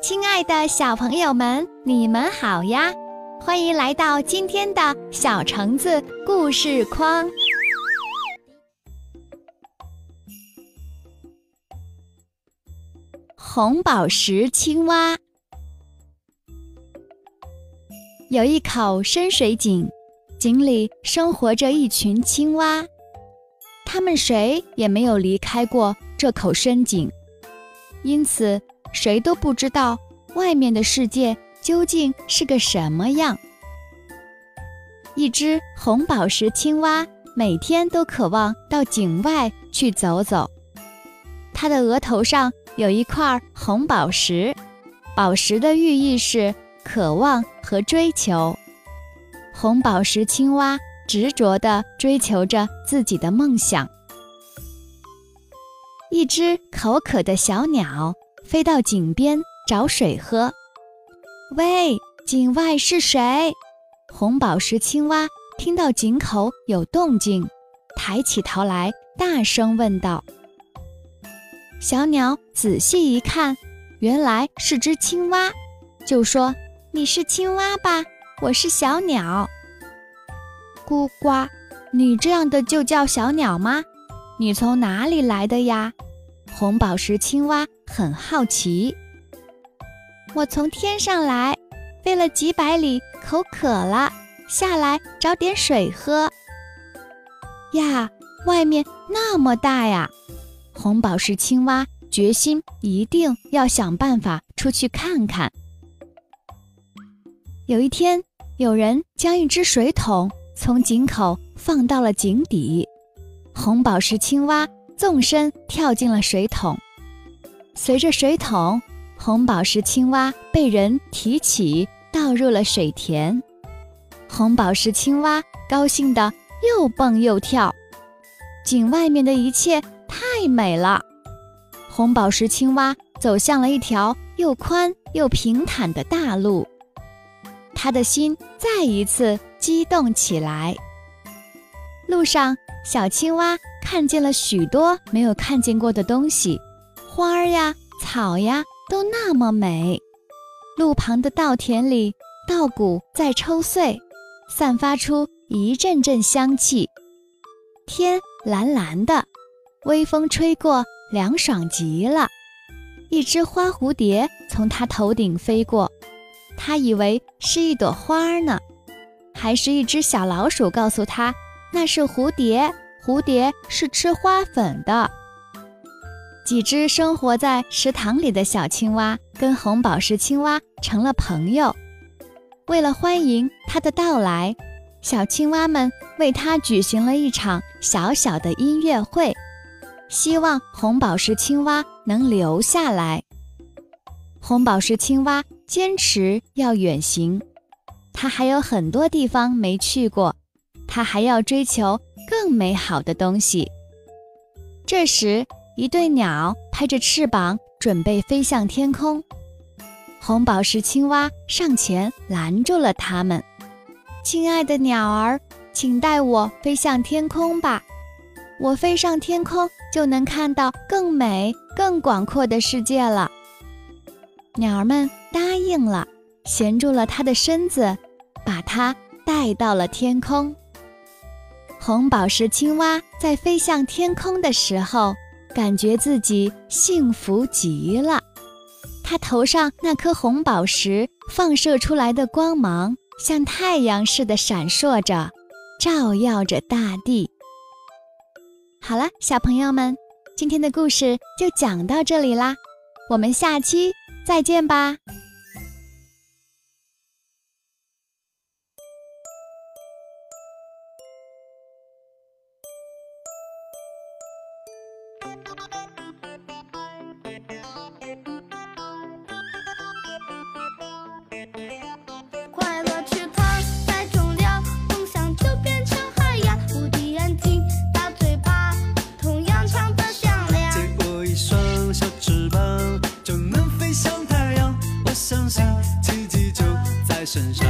亲爱的小朋友们，你们好呀！欢迎来到今天的小橙子故事框。红宝石青蛙。有一口深水井，井里生活着一群青蛙，它们谁也没有离开过这口深井，因此谁都不知道外面的世界究竟是个什么样。一只红宝石青蛙每天都渴望到井外去走走，它的额头上有一块红宝石，宝石的寓意是渴望和追求。红宝石青蛙执着地追求着自己的梦想。一只口渴的小鸟飞到井边找水喝。喂，井外是谁？红宝石青蛙听到井口有动静，抬起头来大声问道。小鸟仔细一看，原来是只青蛙，就说：你是青蛙吧？我是小鸟。咕呱，你这样的就叫小鸟吗？你从哪里来的呀？红宝石青蛙很好奇。我从天上来，飞了几百里，口渴了，下来找点水喝。呀，外面那么大呀！红宝石青蛙决心一定要想办法出去看看。有一天，有人将一只水桶从井口放到了井底，红宝石青蛙纵身跳进了水桶。随着水桶，红宝石青蛙被人提起，倒入了水田。红宝石青蛙高兴得又蹦又跳。井外面的一切太美了。红宝石青蛙走向了一条又宽又平坦的大路，他的心再一次激动起来。路上，小青蛙看见了许多没有看见过的东西，花儿呀，草呀，都那么美。路旁的稻田里，稻谷在抽穗，散发出一阵阵香气。天蓝蓝的，微风吹过，凉爽极了。一只花蝴蝶从它头顶飞过，它以为是一朵花呢，还是一只小老鼠告诉它那是蝴蝶，蝴蝶是吃花粉的。几只生活在池塘里的小青蛙跟红宝石青蛙成了朋友。为了欢迎它的到来，小青蛙们为它举行了一场小小的音乐会，希望红宝石青蛙能留下来。红宝石青蛙坚持要远行，它还有很多地方没去过，它还要追求更美好的东西。这时，一对鸟拍着翅膀准备飞向天空。红宝石青蛙上前拦住了它们。亲爱的鸟儿，请带我飞向天空吧，我飞上天空就能看到更美更广阔的世界了。鸟儿们答应了，衔住了它的身子，把它带到了天空。红宝石青蛙在飞向天空的时候，感觉自己幸福极了。它头上那颗红宝石放射出来的光芒，像太阳似的闪烁着，照耀着大地。好了，小朋友们，今天的故事就讲到这里啦，我们下期再见吧。 快乐池塘太重要，梦想就变成海洋。无敌眼睛，大嘴巴，同样唱得响亮。 借我一双小翅膀，就能飞向太阳。我相信奇迹就在身上。